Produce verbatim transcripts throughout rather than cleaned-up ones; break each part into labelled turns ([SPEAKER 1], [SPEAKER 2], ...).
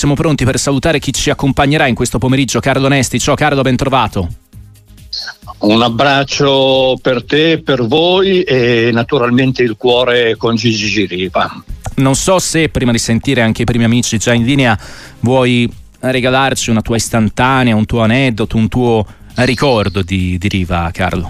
[SPEAKER 1] siamo pronti per salutare chi ci accompagnerà in questo pomeriggio. Carlo Nesti, ciao Carlo, ben trovato.
[SPEAKER 2] Un abbraccio per te, per voi e naturalmente il cuore con Gigi Riva.
[SPEAKER 1] Non so se prima di sentire anche i primi amici già in linea vuoi regalarci una tua istantanea, un tuo aneddoto, un tuo ricordo di, di Riva, Carlo.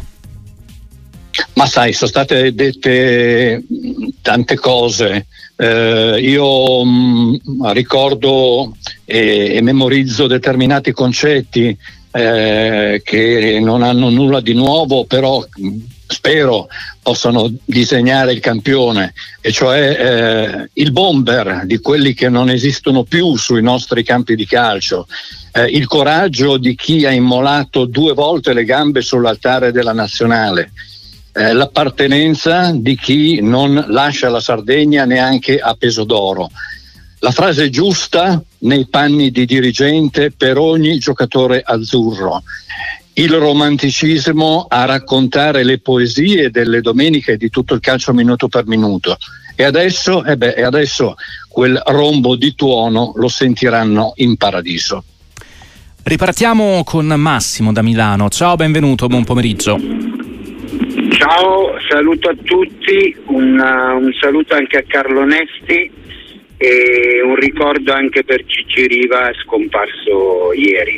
[SPEAKER 2] Ma sai, sono state dette tante cose. Eh, io mh, ricordo e, e memorizzo determinati concetti eh, che non hanno nulla di nuovo, però mh, spero possano disegnare il campione, e cioè eh, il bomber di quelli che non esistono più sui nostri campi di calcio, eh, il coraggio di chi ha immolato due volte le gambe sull'altare della nazionale, Eh, l'appartenenza di chi non lascia la Sardegna neanche a peso d'oro, la frase giusta nei panni di dirigente per ogni giocatore azzurro, il romanticismo a raccontare le poesie delle domeniche di tutto il calcio minuto per minuto. E adesso, eh beh, e adesso quel rombo di tuono lo sentiranno in paradiso.
[SPEAKER 1] Ripartiamo con Massimo da Milano. Ciao, benvenuto, buon pomeriggio.
[SPEAKER 3] Ciao, saluto a tutti, un, un saluto anche a Carlo Nesti e un ricordo anche per Gigi Riva, scomparso ieri.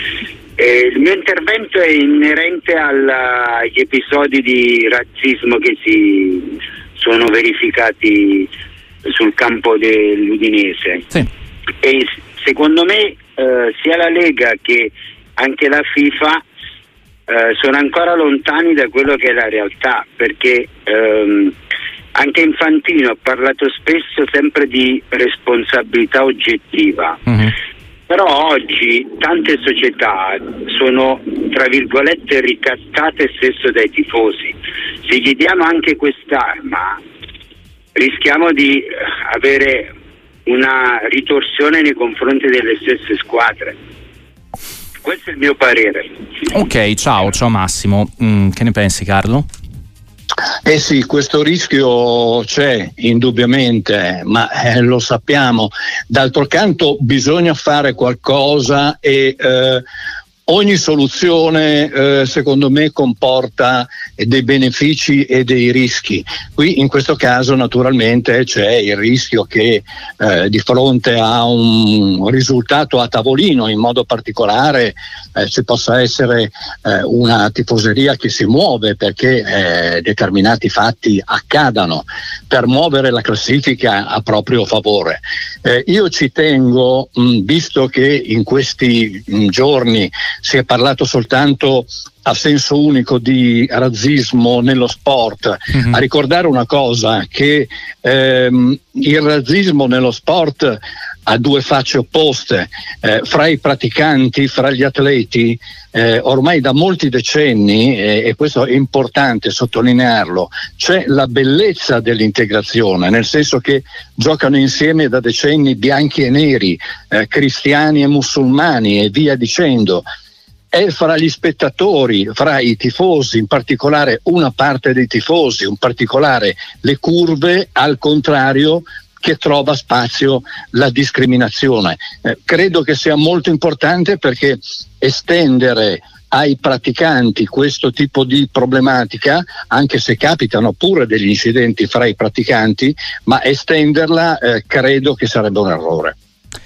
[SPEAKER 3] E il mio intervento è inerente alla, agli episodi di razzismo che si sono verificati sul campo dell'Udinese.
[SPEAKER 1] Sì.
[SPEAKER 3] E secondo me eh, sia la Lega che anche la FIFA Uh, sono ancora lontani da quello che è la realtà, perché um, anche Infantino ha parlato spesso sempre di responsabilità oggettiva, uh-huh. Però oggi tante società sono tra virgolette ricattate stesso dai tifosi. Se gli diamo anche quest'arma rischiamo di avere una ritorsione nei confronti delle stesse squadre. Questo è il mio parere.
[SPEAKER 1] Ok, ciao, ciao Massimo. Mm, che ne pensi, Carlo?
[SPEAKER 2] Eh sì, questo rischio c'è indubbiamente, ma eh, lo sappiamo. D'altro canto bisogna fare qualcosa e eh, ogni soluzione eh, secondo me comporta dei benefici e dei rischi. Qui in questo caso naturalmente c'è il rischio che eh, di fronte a un risultato a tavolino in modo particolare eh, ci possa essere eh, una tifoseria che si muove perché eh, determinati fatti accadano per muovere la classifica a proprio favore. Eh, io ci tengo, mh, visto che in questi mh, giorni si è parlato soltanto a senso unico di razzismo nello sport, mm-hmm. a ricordare una cosa, che ehm, il razzismo nello sport ha due facce opposte, eh, fra i praticanti, fra gli atleti, eh, ormai da molti decenni, eh, e questo è importante sottolinearlo, c'è la bellezza dell'integrazione, nel senso che giocano insieme da decenni bianchi e neri, eh, cristiani e musulmani e via dicendo. È fra gli spettatori, fra i tifosi, in particolare una parte dei tifosi, in particolare le curve, al contrario, che trova spazio la discriminazione. Eh, credo che sia molto importante, perché estendere ai praticanti questo tipo di problematica, anche se capitano pure degli incidenti fra i praticanti, ma estenderla eh, credo che sarebbe un errore.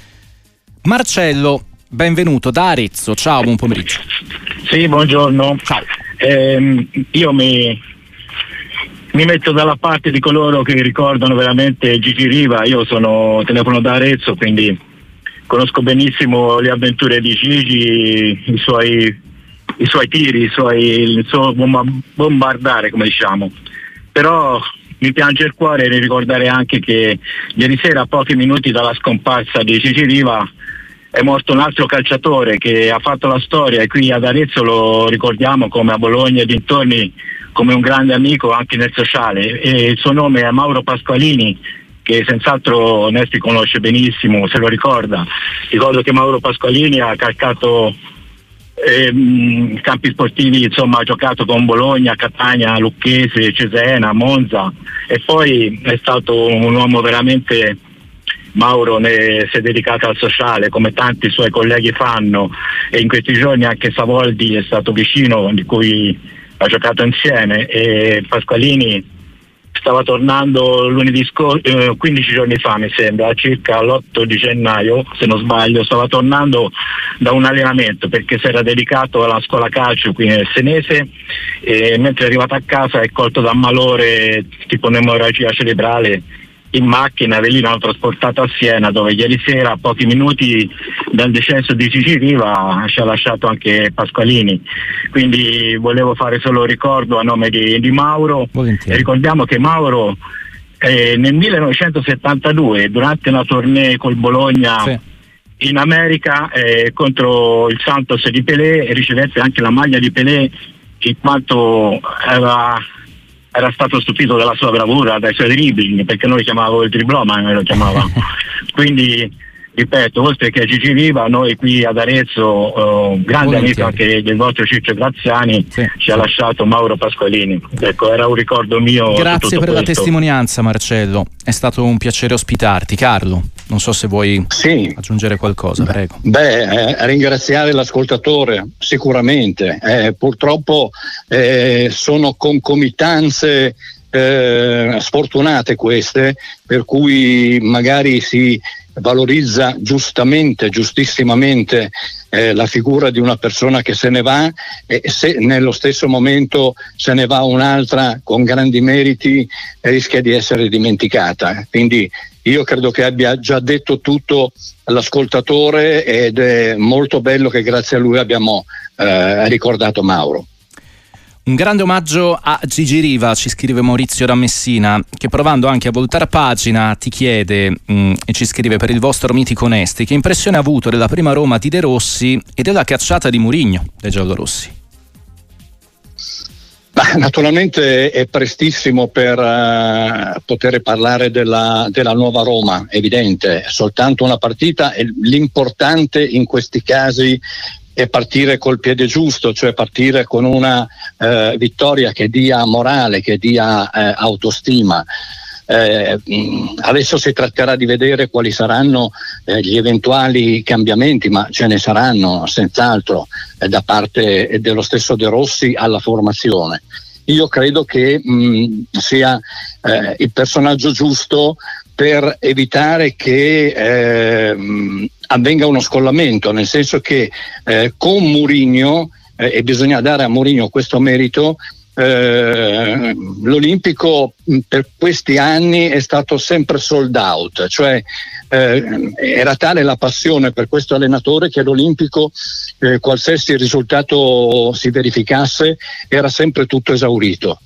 [SPEAKER 1] Marcello, benvenuto da Arezzo, ciao, buon pomeriggio.
[SPEAKER 4] Sì, buongiorno.
[SPEAKER 1] Ciao.
[SPEAKER 4] Eh, io mi, mi metto dalla parte di coloro che ricordano veramente Gigi Riva. Io sono telefono da Arezzo, quindi conosco benissimo le avventure di Gigi, i suoi, i suoi tiri, i suoi, il suo bombardare, come diciamo. Però mi piange il cuore di ricordare anche che ieri sera, a pochi minuti dalla scomparsa di Gigi Riva, è morto un altro calciatore che ha fatto la storia, e qui ad Arezzo lo ricordiamo, come a Bologna e dintorni, come un grande amico anche nel sociale, e il suo nome è Mauro Pasqualini, che senz'altro Nesti conosce benissimo, se lo ricorda. Ricordo che Mauro Pasqualini ha calcato ehm, campi sportivi, insomma ha giocato con Bologna, Catania, Lucchese, Cesena, Monza, e poi è stato un uomo veramente Mauro ne si è dedicato al sociale come tanti suoi colleghi fanno, e in questi giorni anche Savoldi è stato vicino, di cui ha giocato insieme, e Pasqualini stava tornando lunedì scorso, eh, quindici giorni fa mi sembra, circa l'otto di gennaio se non sbaglio, stava tornando da un allenamento perché si era dedicato alla scuola calcio qui nel Senese, e mentre è arrivato a casa è colto da malore tipo un'emorragia cerebrale in macchina, e lì l'hanno trasportato a Siena, dove ieri sera, a pochi minuti dal decesso di Gigi Riva, ci ha lasciato anche Pasqualini. Quindi volevo fare solo ricordo a nome di, di Mauro. E ricordiamo che Mauro eh, nel millenovecentosettantadue, durante una tournée col Bologna sì. in America eh, contro il Santos di Pelé, ricevette anche la maglia di Pelé, in quanto era era stato stupito dalla sua bravura, dai suoi dribbling, perché noi lo chiamavamo il dribbloman, noi lo chiamavamo. Quindi ripeto, oltre che a Gigi Riva, noi qui ad Arezzo, eh, grande amico anche del vostro Ciccio Graziani, sì, ci sì. ha lasciato Mauro Pasqualini. Ecco, era un ricordo mio.
[SPEAKER 1] Grazie per
[SPEAKER 4] questo.
[SPEAKER 1] la testimonianza, Marcello, è stato un piacere ospitarti. Carlo, non so se vuoi sì. aggiungere qualcosa,
[SPEAKER 2] beh,
[SPEAKER 1] prego.
[SPEAKER 2] Beh, eh, ringraziare l'ascoltatore, sicuramente. Eh, purtroppo eh, sono concomitanze eh, sfortunate queste, per cui magari si valorizza giustamente, giustissimamente eh, la figura di una persona che se ne va, e se nello stesso momento se ne va un'altra con grandi meriti eh, rischia di essere dimenticata. Quindi io credo che abbia già detto tutto l'ascoltatore, ed è molto bello che grazie a lui abbiamo eh, ricordato Mauro.
[SPEAKER 1] Un grande omaggio a Gigi Riva, ci scrive Maurizio da Messina, che provando anche a voltare pagina ti chiede mh, e ci scrive: per il vostro mitico Nesti, che impressione ha avuto della prima Roma di De Rossi e della cacciata di Mourinho dai giallorossi?
[SPEAKER 2] Bah, naturalmente è prestissimo per uh, poter parlare della, della nuova Roma, evidente, soltanto una partita, e l'importante in questi casi è partire col piede giusto, cioè partire con una eh, vittoria che dia morale, che dia eh, autostima. Eh, adesso si tratterà di vedere quali saranno eh, gli eventuali cambiamenti, ma ce ne saranno senz'altro eh, da parte dello stesso De Rossi alla formazione. Io credo che mh, sia eh, il personaggio giusto per evitare che eh, avvenga uno scollamento, nel senso che eh, con Mourinho, eh, e bisogna dare a Mourinho questo merito, eh, l'Olimpico per questi anni è stato sempre sold out, cioè eh, era tale la passione per questo allenatore che l'Olimpico, eh, qualsiasi risultato si verificasse, era sempre tutto esaurito.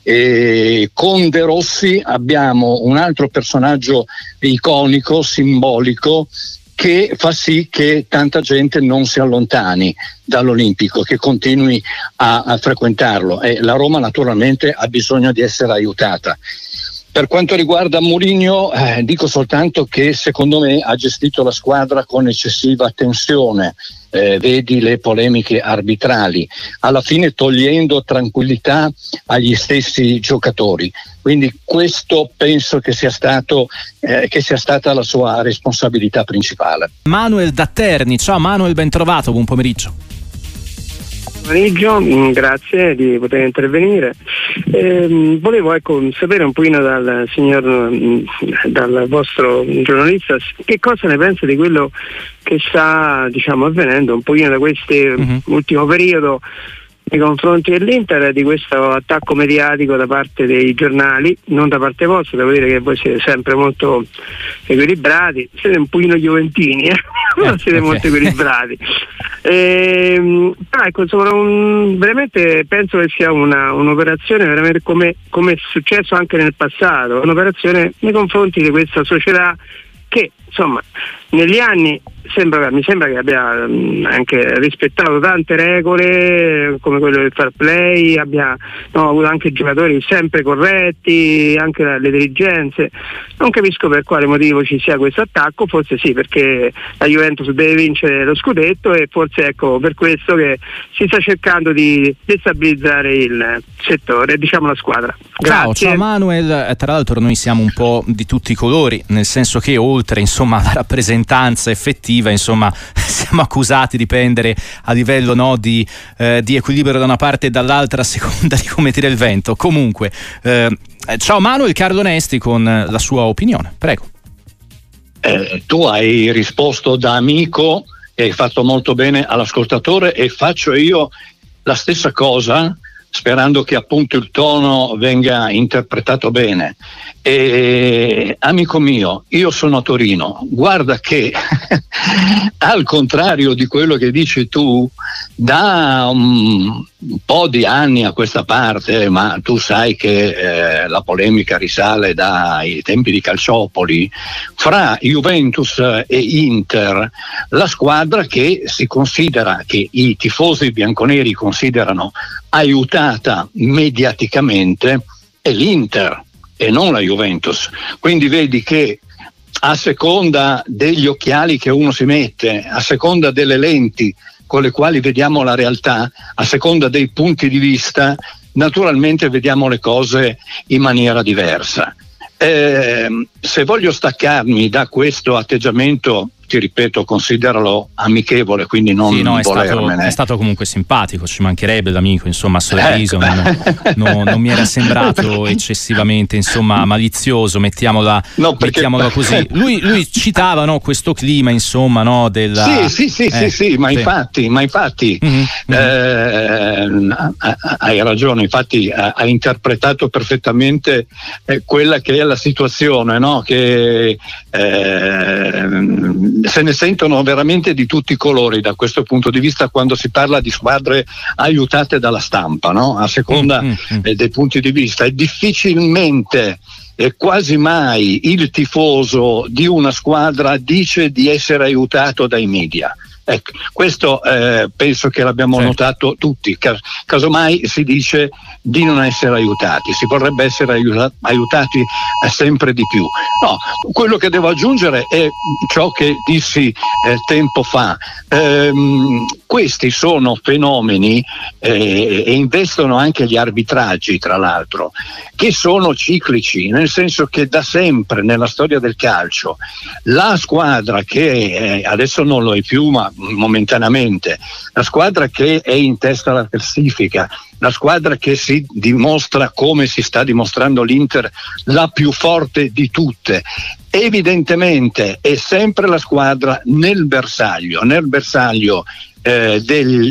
[SPEAKER 2] E con De Rossi abbiamo un altro personaggio iconico, simbolico, che fa sì che tanta gente non si allontani dall'Olimpico, che continui a, a frequentarlo, e la Roma naturalmente ha bisogno di essere aiutata. Per quanto riguarda Mourinho, eh, dico soltanto che secondo me ha gestito la squadra con eccessiva tensione, eh, vedi le polemiche arbitrali, alla fine togliendo tranquillità agli stessi giocatori. Quindi questo penso che sia stato eh, che sia stata la sua responsabilità principale.
[SPEAKER 1] Manuel da Terni, ciao Manuel, ben trovato, buon pomeriggio.
[SPEAKER 5] Pomeriggio, grazie di poter intervenire. Eh, volevo ecco, sapere un pochino dal signor, dal vostro giornalista, che cosa ne pensa di quello che sta diciamo avvenendo un pochino da questo uh-huh. ultimo periodo nei confronti dell'Inter, di questo attacco mediatico da parte dei giornali, non da parte vostra. Devo dire che voi siete sempre molto equilibrati, siete un pochino juventini, eh? non siete okay. molto equilibrati. Ehm, però ecco, insomma, un, veramente penso che sia una, un'operazione veramente come, come è successo anche nel passato, un'operazione nei confronti di questa società che insomma negli anni sembra, mi sembra che abbia mh, anche rispettato tante regole come quello del fair play, abbia no, avuto anche giocatori sempre corretti, anche le dirigenze. Non capisco per quale motivo ci sia questo attacco, forse sì perché la Juventus deve vincere lo scudetto e forse ecco per questo che si sta cercando di destabilizzare il settore, diciamo la squadra. Grazie.
[SPEAKER 1] Ciao, ciao Manuel, tra l'altro noi siamo un po' di tutti i colori, nel senso che oltre insomma alla rappresentanza effettiva, insomma siamo accusati di pendere a livello no, di, eh, di equilibrio da una parte e dall'altra a seconda di come tira il vento. Comunque, eh, ciao Manuel, Carlo Nesti con la sua opinione, prego.
[SPEAKER 2] Eh, tu hai risposto da amico e hai fatto molto bene all'ascoltatore e faccio io la stessa cosa, sperando che appunto il tono venga interpretato bene. E, amico mio, io sono a Torino, guarda che al contrario di quello che dici tu, da un, un po' di anni a questa parte, ma tu sai che eh, la polemica risale dai tempi di Calciopoli, fra Juventus e Inter, la squadra che si considera, che i tifosi bianconeri considerano aiutata mediaticamente, è l'Inter e non la Juventus. Quindi vedi che a seconda degli occhiali che uno si mette, a seconda delle lenti con le quali vediamo la realtà, a seconda dei punti di vista, naturalmente vediamo le cose in maniera diversa. Eh, se voglio staccarmi da questo atteggiamento, ti ripeto, consideralo amichevole, quindi non
[SPEAKER 1] sì, no, è
[SPEAKER 2] volermene.
[SPEAKER 1] Stato, è stato comunque simpatico, ci mancherebbe l'amico, insomma, a sorriso, ecco. non, non, non mi era sembrato eccessivamente, insomma, malizioso, mettiamola,
[SPEAKER 2] no, perché...
[SPEAKER 1] mettiamola così. Lui, lui citava no, questo clima, insomma, no, della...
[SPEAKER 2] Sì, sì, sì, eh, sì, sì, ma sì. infatti, ma infatti mm-hmm, mm-hmm. Eh, hai ragione, infatti ha, ha interpretato perfettamente eh, quella che è la situazione, no? Che eh, se ne sentono veramente di tutti i colori da questo punto di vista quando si parla di squadre aiutate dalla stampa, no? A seconda mm, mm, eh, dei punti di vista, e difficilmente e quasi mai il tifoso di una squadra dice di essere aiutato dai media. Ecco, questo eh, penso che l'abbiamo certo. notato tutti. Cas- casomai si dice di non essere aiutati, si vorrebbe essere aiuta- aiutati eh, sempre di più. No, quello che devo aggiungere è ciò che dissi eh, tempo fa. Ehm, questi sono fenomeni eh, e investono anche gli arbitraggi, tra l'altro, che sono ciclici, nel senso che da sempre nella storia del calcio la squadra che eh, adesso non lo è più, ma momentaneamente, la squadra che è in testa alla classifica, la squadra che si dimostra, come si sta dimostrando l'Inter, la più forte di tutte, evidentemente è sempre la squadra nel bersaglio, nel bersaglio eh,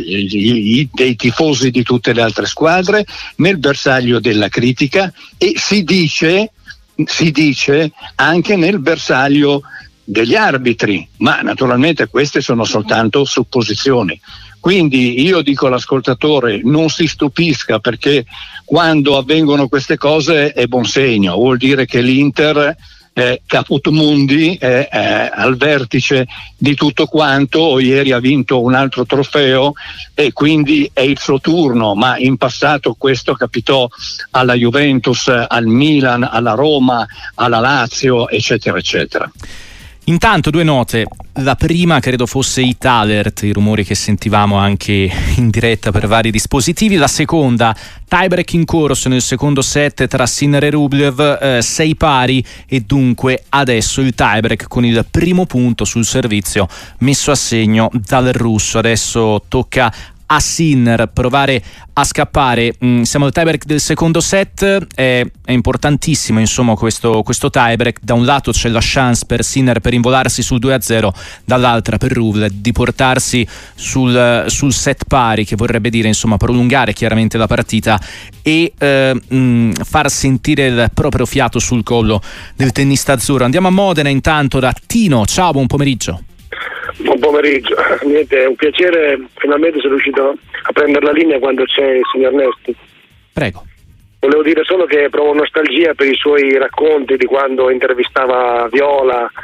[SPEAKER 2] degli, dei tifosi di tutte le altre squadre, nel bersaglio della critica e si dice, si dice anche nel bersaglio degli arbitri, ma naturalmente queste sono soltanto supposizioni. Quindi io dico all'ascoltatore, non si stupisca, perché quando avvengono queste cose è buon segno, vuol dire che l'Inter eh, caput mundi è eh, al vertice di tutto quanto, ieri ha vinto un altro trofeo e quindi è il suo turno, ma in passato questo capitò alla Juventus, al Milan, alla Roma, alla Lazio, eccetera eccetera.
[SPEAKER 1] Intanto due note, la prima credo fosse Hit Alert, i rumori che sentivamo anche in diretta per vari dispositivi, la seconda tiebreak in corso nel secondo set tra Sinner e Rublev, eh, sei pari e dunque adesso il tiebreak con il primo punto sul servizio messo a segno dal russo. Adesso tocca a Sinner provare a scappare. Mm, siamo al tiebreak del secondo set, è, è importantissimo insomma questo, questo tiebreak. Da un lato c'è la chance per Sinner per involarsi sul due a zero, dall'altra per Rublev di portarsi sul, sul set pari, che vorrebbe dire insomma prolungare chiaramente la partita e eh, mh, far sentire il proprio fiato sul collo del tennista azzurro. Andiamo a Modena intanto da Tino. Ciao, buon pomeriggio.
[SPEAKER 6] Buon pomeriggio, niente, è un piacere, finalmente sono riuscito a prendere la linea quando c'è il signor Nesti.
[SPEAKER 1] Prego.
[SPEAKER 6] Volevo dire solo che provo nostalgia per i suoi racconti di quando intervistava Viola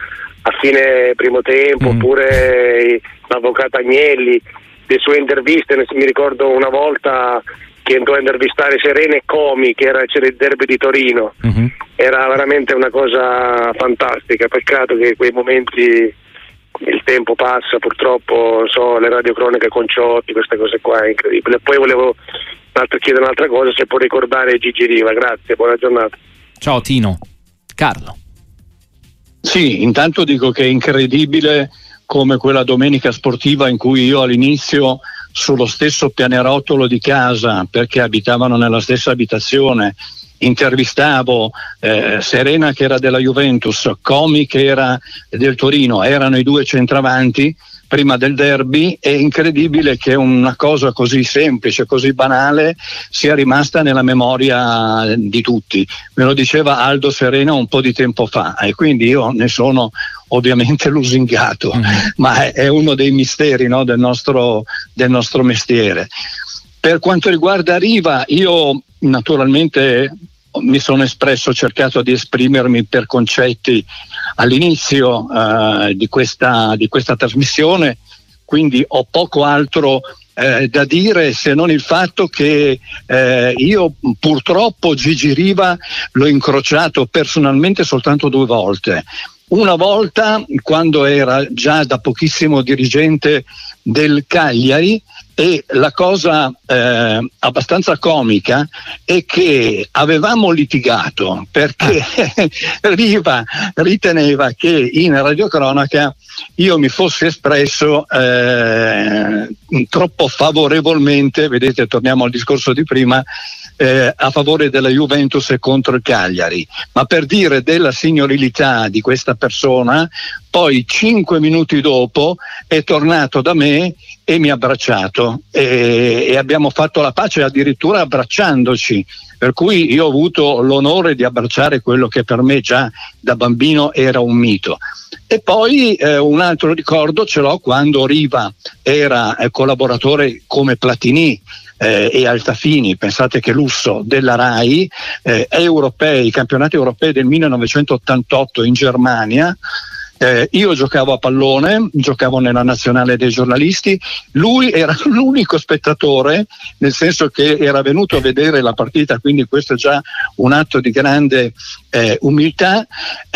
[SPEAKER 6] a fine primo tempo, mm. oppure l'avvocato Agnelli, le sue interviste. Mi ricordo una volta che andò a intervistare Serena e Comi, che era, c'era il derby di Torino, mm-hmm. era veramente una cosa fantastica. Peccato che quei momenti, il tempo passa purtroppo, non so, le radiocroniche con Ciotti, queste cose qua è incredibile. Poi volevo chiedere un'altra cosa, se può ricordare Gigi Riva. Grazie, buona giornata.
[SPEAKER 1] Ciao Tino. Carlo.
[SPEAKER 2] Sì, intanto dico che è incredibile come quella domenica sportiva in cui io all'inizio sullo stesso pianerottolo di casa, perché abitavano nella stessa abitazione, intervistavo eh, Serena che era della Juventus, Comi che era del Torino, erano i due centravanti prima del derby. È incredibile che una cosa così semplice, così banale sia rimasta nella memoria di tutti. Me lo diceva Aldo Serena un po' di tempo fa e quindi io ne sono ovviamente lusingato, mm. ma è, è uno dei misteri, no, del nostro, del nostro mestiere. Per quanto riguarda Riva, io naturalmente mi sono espresso, ho cercato di esprimermi per concetti all'inizio eh, di questa, di questa trasmissione, quindi ho poco altro eh, da dire se non il fatto che eh, io purtroppo Gigi Riva l'ho incrociato personalmente soltanto due volte. Una volta quando era già da pochissimo dirigente del Cagliari, e la cosa eh, abbastanza comica è che avevamo litigato perché ah. Riva riteneva che in radiocronaca io mi fossi espresso eh, troppo favorevolmente, vedete, torniamo al discorso di prima, eh, a favore della Juventus e contro il Cagliari, ma per dire della signorilità di questa persona, poi cinque minuti dopo è tornato da me e mi ha abbracciato e, e abbiamo fatto la pace addirittura abbracciandoci, per cui io ho avuto l'onore di abbracciare quello che per me già da bambino era un mito. E poi eh, un altro ricordo ce l'ho quando Riva era eh, collaboratore come Platini eh, e Altafini, pensate che lusso, della RAI, eh, europei, campionati europei del millenovecentottantotto in Germania. Eh, io giocavo a pallone, giocavo nella nazionale dei giornalisti, lui era l'unico spettatore, nel senso che era venuto a vedere la partita, quindi questo è già un atto di grande eh, umiltà,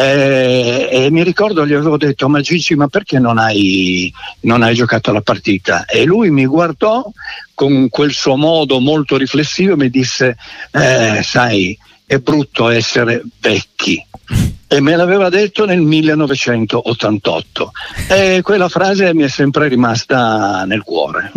[SPEAKER 2] eh, e mi ricordo gli avevo detto: ma Gigi, ma perché non hai, non hai giocato la partita? E lui mi guardò con quel suo modo molto riflessivo e mi disse eh, sai, è brutto essere vecchi. E me l'aveva detto nel millenovecentottantotto e quella frase mi è sempre rimasta nel cuore.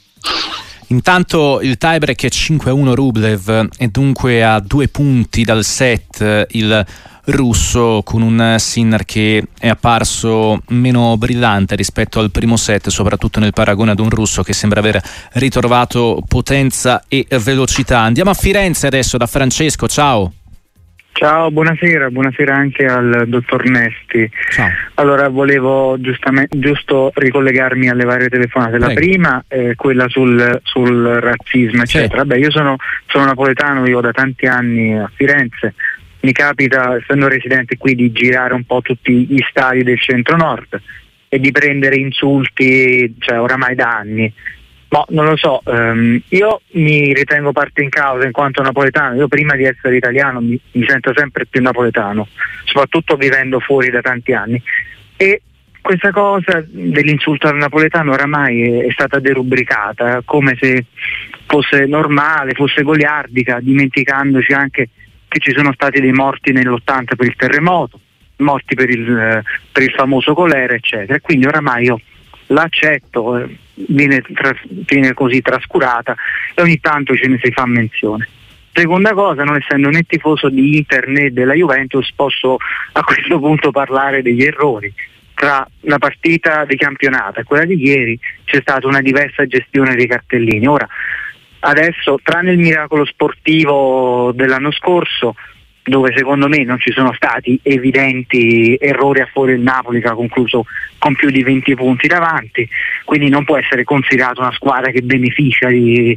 [SPEAKER 1] Intanto il tiebreak è cinque a uno Rublev e dunque a due punti dal set il russo, con un Sinner che è apparso meno brillante rispetto al primo set, soprattutto nel paragone ad un russo che sembra aver ritrovato potenza e velocità. Andiamo a Firenze adesso da Francesco, ciao.
[SPEAKER 7] Ciao, buonasera, buonasera anche al dottor Nesti.
[SPEAKER 1] Ciao.
[SPEAKER 7] Allora, volevo giustamente, giusto ricollegarmi alle varie telefonate. La
[SPEAKER 1] Prego.
[SPEAKER 7] prima è quella sul, sul razzismo, eccetera.
[SPEAKER 1] Sì.
[SPEAKER 7] Beh, io sono, sono napoletano, vivo da tanti anni a Firenze. Mi capita, essendo residente qui, di girare un po' tutti gli stadi del centro-nord e di prendere insulti, cioè oramai da anni. No, non lo so, um, io mi ritengo parte in causa in quanto napoletano. Io prima di essere italiano mi, mi sento sempre più napoletano, soprattutto vivendo fuori da tanti anni, e questa cosa dell'insulto al napoletano oramai è, è stata derubricata come se fosse normale, fosse goliardica, dimenticandoci anche che ci sono stati dei morti nell'ottanta per il terremoto, morti per il, per il famoso colera, eccetera. Quindi oramai io l'accetto, eh, viene, tras- viene così trascurata e ogni tanto ce ne si fa menzione. Seconda cosa, non essendo né tifoso di Inter né della Juventus, posso a questo punto parlare degli errori. Tra la partita di campionato e quella di ieri c'è stata una diversa gestione dei cartellini. Ora, adesso, tranne il miracolo sportivo dell'anno scorso, dove secondo me non ci sono stati evidenti errori a favore del Napoli, che ha concluso con più di venti punti davanti, quindi non può essere considerata una squadra che beneficia di,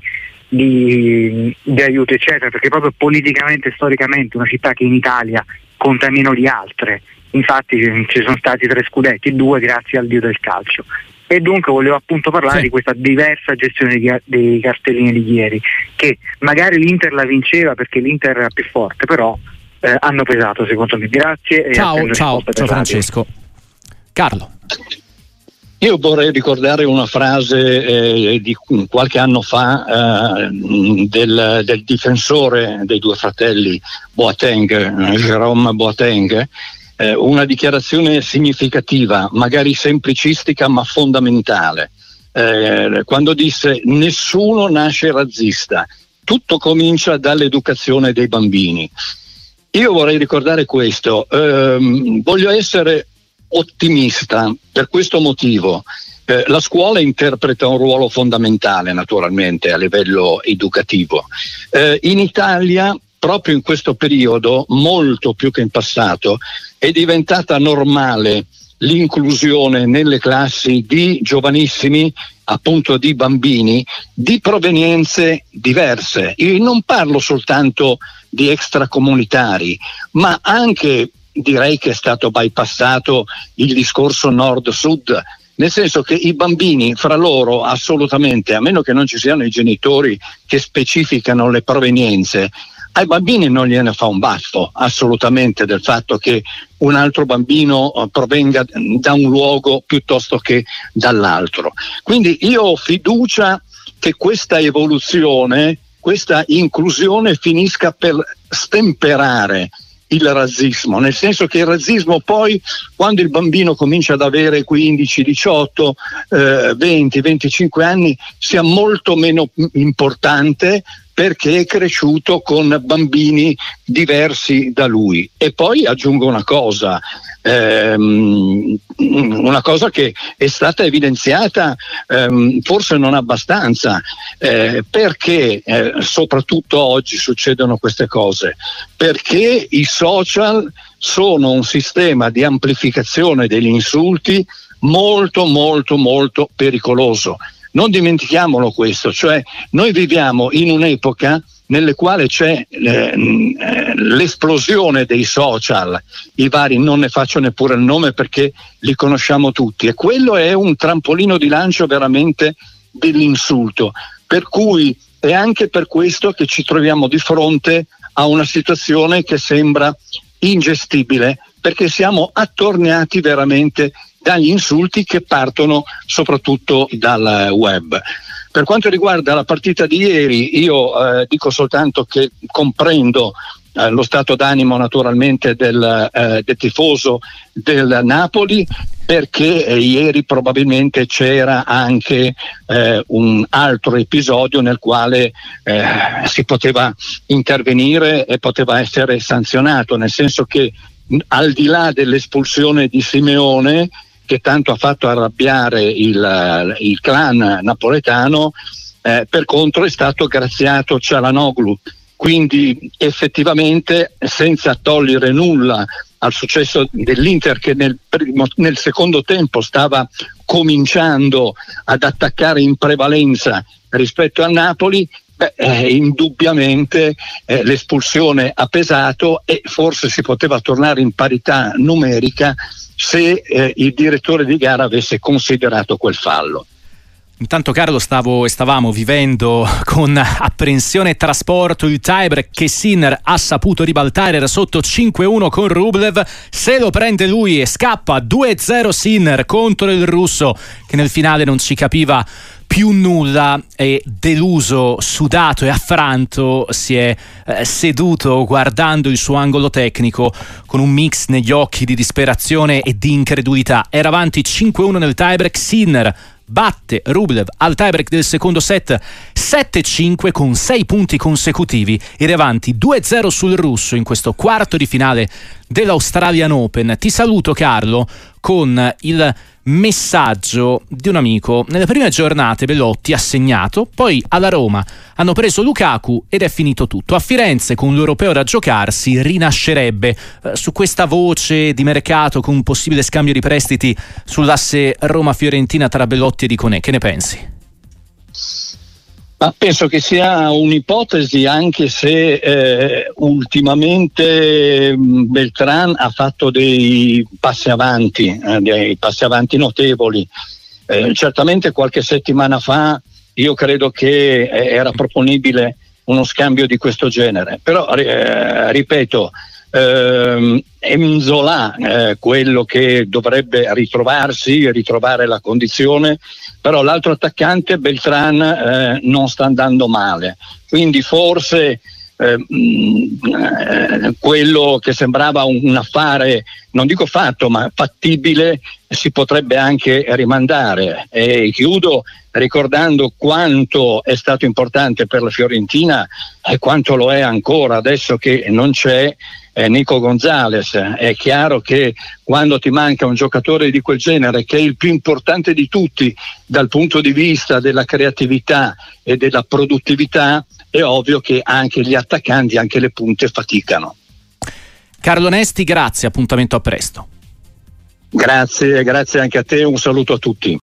[SPEAKER 7] di, di aiuto eccetera, perché proprio politicamente e storicamente una città che in Italia conta meno di altre infatti ci sono stati tre scudetti, due grazie al dio del calcio. E dunque volevo appunto parlare sì. di questa diversa gestione di, dei cartellini di ieri, che magari l'Inter la vinceva perché l'Inter era più forte, però eh, hanno pesato secondo me. Grazie.
[SPEAKER 1] Ciao,
[SPEAKER 7] e
[SPEAKER 1] ciao, ciao Francesco. Carlo.
[SPEAKER 2] Io vorrei ricordare una frase eh, di qualche anno fa eh, del, del difensore dei due fratelli Boateng, Jérôme Boateng, eh, una dichiarazione significativa, magari semplicistica ma fondamentale, eh, quando disse: nessuno nasce razzista, tutto comincia dall'educazione dei bambini. Io vorrei ricordare questo, ehm, voglio essere ottimista per questo motivo. Eh, la scuola interpreta un ruolo fondamentale naturalmente a livello educativo. Eh, in Italia, proprio in questo periodo, molto più che in passato, è diventata normale l'inclusione nelle classi di giovanissimi, appunto di bambini, di provenienze diverse. Io non parlo soltanto di extracomunitari, ma anche direi che è stato bypassato il discorso nord-sud, nel senso che i bambini fra loro assolutamente, a meno che non ci siano i genitori che specificano le provenienze, ai bambini non gliene fa un baffo assolutamente del fatto che un altro bambino provenga da un luogo piuttosto che dall'altro. Quindi io ho fiducia che questa evoluzione, questa inclusione finisca per stemperare il razzismo, nel senso che il razzismo poi, quando il bambino comincia ad avere quindici, diciotto, eh, venti, venticinque anni, sia molto meno importante, perché è cresciuto con bambini diversi da lui. E poi aggiungo una cosa, ehm, una cosa che è stata evidenziata ehm, forse non abbastanza, eh, perché eh, soprattutto oggi succedono queste cose, perché i social sono un sistema di amplificazione degli insulti molto molto molto pericoloso. Non dimentichiamolo questo, cioè noi viviamo in un'epoca nelle quale c'è eh, l'esplosione dei social, i vari, non ne faccio neppure il nome perché li conosciamo tutti, e quello è un trampolino di lancio veramente dell'insulto, per cui è anche per questo che ci troviamo di fronte a una situazione che sembra ingestibile, perché siamo attorniati veramente dagli insulti che partono soprattutto dal web. Per quanto riguarda la partita di ieri, io eh, dico soltanto che comprendo eh, lo stato d'animo naturalmente del, eh, del tifoso del Napoli, perché eh, ieri probabilmente c'era anche eh, un altro episodio nel quale eh, si poteva intervenire e poteva essere sanzionato, nel senso che al di là dell'espulsione di Simeone, che tanto ha fatto arrabbiare il, il clan napoletano, eh, per contro è stato graziato Çalhanoğlu, quindi effettivamente, senza togliere nulla al successo dell'Inter, che nel, primo, nel secondo tempo stava cominciando ad attaccare in prevalenza rispetto al Napoli, beh, eh, indubbiamente eh, l'espulsione ha pesato e forse si poteva tornare in parità numerica se eh, il direttore di gara avesse considerato quel fallo.
[SPEAKER 1] Intanto Carlo stavo e stavamo vivendo con apprensione e trasporto il tiebreak che Sinner ha saputo ribaltare, era sotto cinque a uno con Rublev, se lo prende lui e scappa due a zero Sinner contro il russo che nel finale non ci capiva più nulla, e deluso, sudato e affranto si è eh, seduto guardando il suo angolo tecnico con un mix negli occhi di disperazione e di incredulità. Era avanti cinque a uno nel tiebreak, Sinner batte Rublev al tiebreak del secondo set sette a cinque con sei punti consecutivi, era avanti due a zero sul russo in questo quarto di finale dell'Australian Open. Ti saluto Carlo con il messaggio di un amico. Nelle prime giornate Belotti ha segnato, poi alla Roma hanno preso Lukaku ed è finito tutto. A Firenze con l'Europeo da giocarsi rinascerebbe. Eh, su questa voce di mercato con un possibile scambio di prestiti sull'asse Roma-Fiorentina tra Belotti e Diconè, che ne pensi?
[SPEAKER 2] Ma penso che sia un'ipotesi, anche se eh, ultimamente Beltrán ha fatto dei passi avanti, eh, dei passi avanti notevoli. Eh, certamente qualche settimana fa io credo che eh, era proponibile uno scambio di questo genere, però eh, ripeto, ehm, è Nzola eh, quello che dovrebbe ritrovarsi, ritrovare la condizione, però l'altro attaccante, Beltrán, eh, non sta andando male, quindi forse eh, mh, quello che sembrava un, un affare, non dico fatto, ma fattibile, si potrebbe anche rimandare. E chiudo ricordando quanto è stato importante per la Fiorentina e quanto lo è ancora adesso che non c'è eh, Nico Gonzalez. È chiaro che quando ti manca un giocatore di quel genere, che è il più importante di tutti dal punto di vista della creatività e della produttività, è ovvio che anche gli attaccanti, anche le punte faticano.
[SPEAKER 1] Carlo Nesti, grazie, appuntamento a presto.
[SPEAKER 2] Grazie, grazie anche a te, un saluto a tutti.